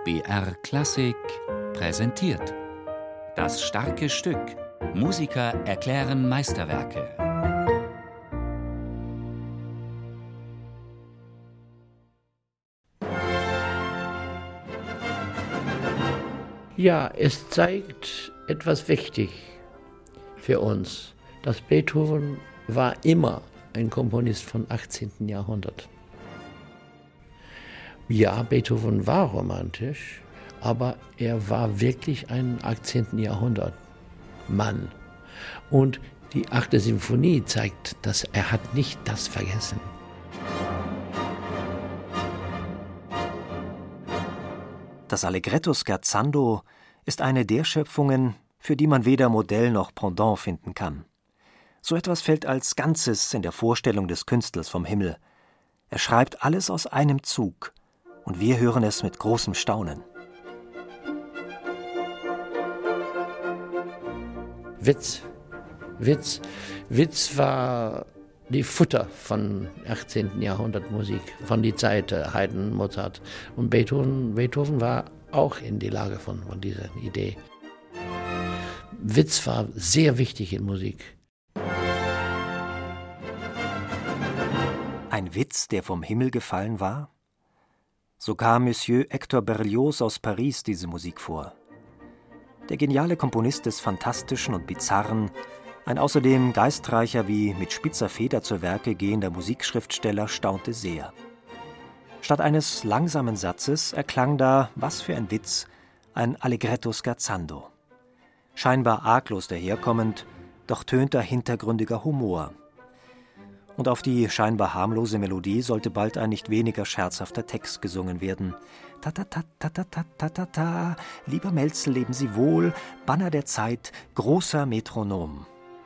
BR Klassik präsentiert. Das starke Stück. Musiker erklären Meisterwerke. Ja, es zeigt etwas wichtig für uns, dass Beethoven war immer ein Komponist vom 18. Jahrhundert. Ja, Beethoven war romantisch, aber er war wirklich ein 18. Jahrhundert Mann. Und die 8. Symphonie zeigt, dass er hat nicht das vergessen. Das Allegretto scherzando ist eine der Schöpfungen, für die man weder Modell noch Pendant finden kann. So etwas fällt als Ganzes in der Vorstellung des Künstlers vom Himmel. Er schreibt alles aus einem Zug, und wir hören es mit großem Staunen. Witz war die Futter von 18. Jahrhundert Musik, von der Zeit Haydn, Mozart. Und Beethoven war auch in die Lage von dieser Idee. Witz war sehr wichtig in Musik. Ein Witz, der vom Himmel gefallen war? So kam Monsieur Hector Berlioz aus Paris diese Musik vor. Der geniale Komponist des Fantastischen und Bizarren, ein außerdem geistreicher wie mit spitzer Feder zu Werke gehender Musikschriftsteller, staunte sehr. Statt eines langsamen Satzes erklang da, was für ein Witz, ein Allegretto scherzando. Scheinbar arglos daherkommend, doch tönt da hintergründiger Humor. Und auf die scheinbar harmlose Melodie sollte bald ein nicht weniger scherzhafter Text gesungen werden. Ta-ta-ta-ta-ta-ta-ta-ta, lieber Melzel, leben Sie wohl, Banner der Zeit, großer Metronom.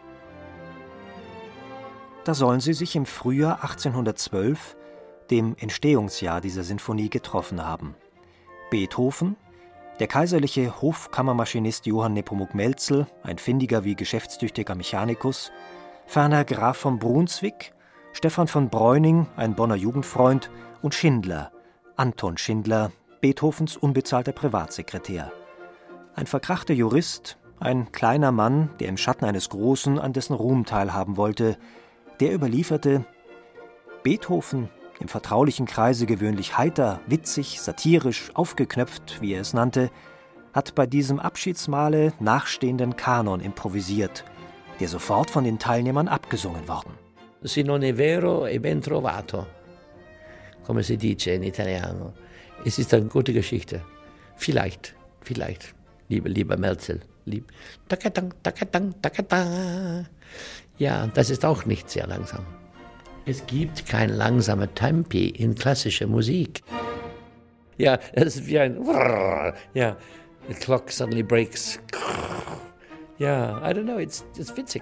Da sollen sie sich im Frühjahr 1812, dem Entstehungsjahr dieser Sinfonie, getroffen haben. Beethoven, der kaiserliche Hofkammermaschinist Johann Nepomuk Melzel, ein findiger wie geschäftstüchtiger Mechanikus, ferner Graf von Brunswick, Stephan von Breuning, ein Bonner Jugendfreund, und Schindler, Anton Schindler, Beethovens unbezahlter Privatsekretär. Ein verkrachter Jurist, ein kleiner Mann, der im Schatten eines Großen an dessen Ruhm teilhaben wollte, der überlieferte: Beethoven, im vertraulichen Kreise gewöhnlich heiter, witzig, satirisch, aufgeknöpft, wie er es nannte, hat bei diesem Abschiedsmahle nachstehenden Kanon improvisiert, der sofort von den Teilnehmern abgesungen worden. Se non è vero, è ben trovato, come si dice in Italiano. Es ist eine gute Geschichte. Vielleicht, lieber Melzel. Takatang, takatang, takatang. Ja, das ist auch nicht sehr langsam. Es gibt kein langsame Tempi in klassischer Musik. Ja, es ist wie ein ja, the clock suddenly breaks. Ja, I don't know, it's witzig.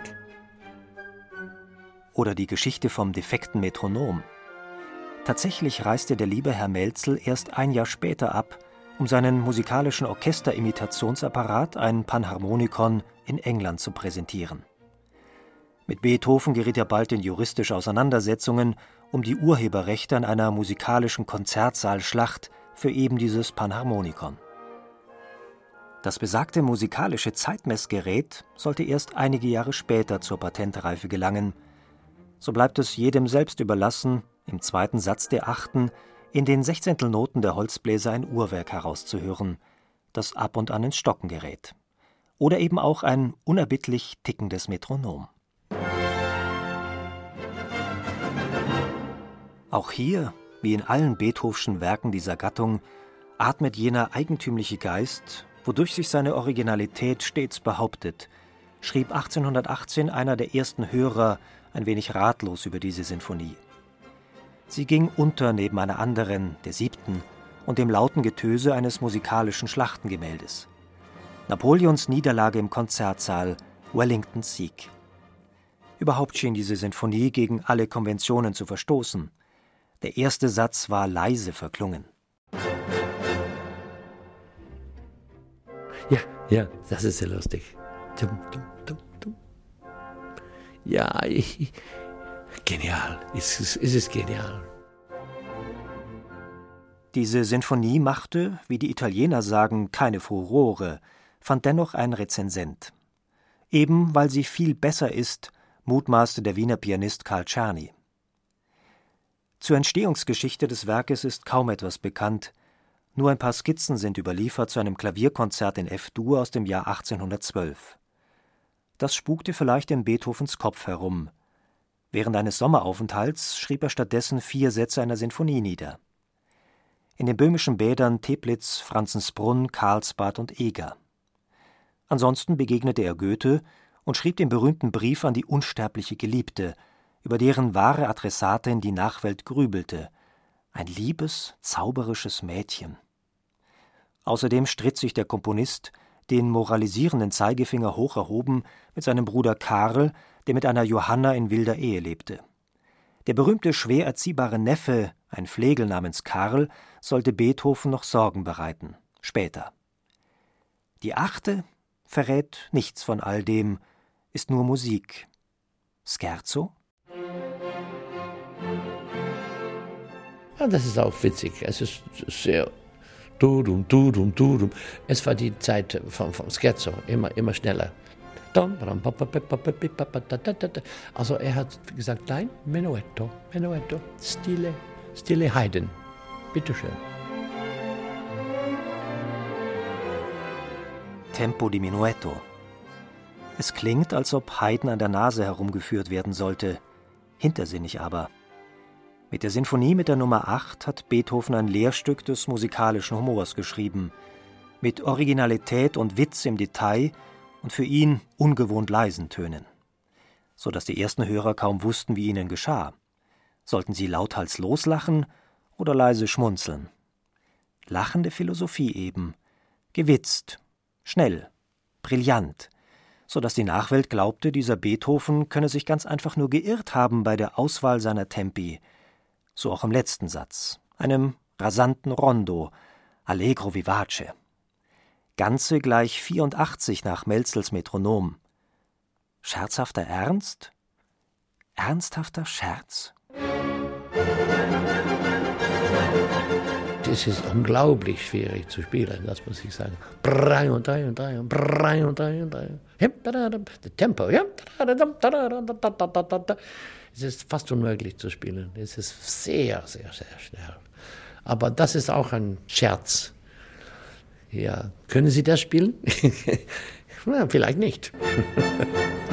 Oder die Geschichte vom defekten Metronom. Tatsächlich reiste der liebe Herr Melzel erst ein Jahr später ab, um seinen musikalischen Orchesterimitationsapparat, ein Panharmonikon, in England zu präsentieren. Mit Beethoven geriet er bald in juristische Auseinandersetzungen um die Urheberrechte an einer musikalischen Konzertsaalschlacht für eben dieses Panharmonikon. Das besagte musikalische Zeitmessgerät sollte erst einige Jahre später zur Patentreife gelangen. So bleibt es jedem selbst überlassen, im zweiten Satz der 8. in den Sechzehntelnoten der Holzbläser ein Uhrwerk herauszuhören, das ab und an ins Stocken gerät. Oder eben auch ein unerbittlich tickendes Metronom. Auch hier, wie in allen Beethovenschen Werken dieser Gattung, atmet jener eigentümliche Geist, wodurch sich seine Originalität stets behauptet, schrieb 1818 einer der ersten Hörer ein wenig ratlos über diese Sinfonie. Sie ging unter neben einer anderen, der 7., und dem lauten Getöse eines musikalischen Schlachtengemäldes. Napoleons Niederlage im Konzertsaal, Wellingtons Sieg. Überhaupt schien diese Sinfonie gegen alle Konventionen zu verstoßen. Der erste Satz war leise verklungen. Ja, das ist sehr lustig. Dum, dum, dum, dum. Ja, genial. Es ist genial. Diese Sinfonie machte, wie die Italiener sagen, keine Furore, fand dennoch ein Rezensent. Eben weil sie viel besser ist, mutmaßte der Wiener Pianist Carl Czerny. Zur Entstehungsgeschichte des Werkes ist kaum etwas bekannt, nur ein paar Skizzen sind überliefert zu einem Klavierkonzert in F-Dur aus dem Jahr 1812. Das spukte vielleicht in Beethovens Kopf herum. Während eines Sommeraufenthalts schrieb er stattdessen 4 Sätze einer Sinfonie nieder. In den böhmischen Bädern Teplitz, Franzensbrunn, Karlsbad und Eger. Ansonsten begegnete er Goethe und schrieb den berühmten Brief an die unsterbliche Geliebte, über deren wahre Adressatin die Nachwelt grübelte. Ein liebes, zauberisches Mädchen. Außerdem stritt sich der Komponist, den moralisierenden Zeigefinger hoch erhoben, mit seinem Bruder Karl, der mit einer Johanna in wilder Ehe lebte. Der berühmte schwer erziehbare Neffe, ein Flegel namens Karl, sollte Beethoven noch Sorgen bereiten, später. Die 8. verrät nichts von all dem, ist nur Musik. Scherzo? Ja, das ist auch witzig. Es ist sehr dudum, dudum, dudum. Es war die Zeit vom Scherzo, immer schneller. Also er hat gesagt, nein, Menuetto, stille Haydn. Bitteschön. Tempo di Menuetto. Es klingt, als ob Haydn an der Nase herumgeführt werden sollte, hintersinnig aber. Mit der Sinfonie mit der Nummer 8 hat Beethoven ein Lehrstück des musikalischen Humors geschrieben, mit Originalität und Witz im Detail und für ihn ungewohnt leisen Tönen, so dass die ersten Hörer kaum wussten, wie ihnen geschah. Sollten sie lauthals loslachen oder leise schmunzeln? Lachende Philosophie eben, gewitzt, schnell, brillant, so dass die Nachwelt glaubte, dieser Beethoven könne sich ganz einfach nur geirrt haben bei der Auswahl seiner Tempi. So auch im letzten Satz, einem rasanten Rondo, Allegro vivace. Ganze gleich 84 nach Melzels Metronom. Scherzhafter Ernst? Ernsthafter Scherz? Es ist unglaublich schwierig zu spielen, das muss ich sagen. 3 und 3 und 3 und 3 und 3 und 3. Das Tempo, ja. Es ist fast unmöglich zu spielen. Es ist sehr, sehr, sehr schnell. Aber das ist auch ein Scherz. Ja, können Sie das spielen? Ja, vielleicht nicht.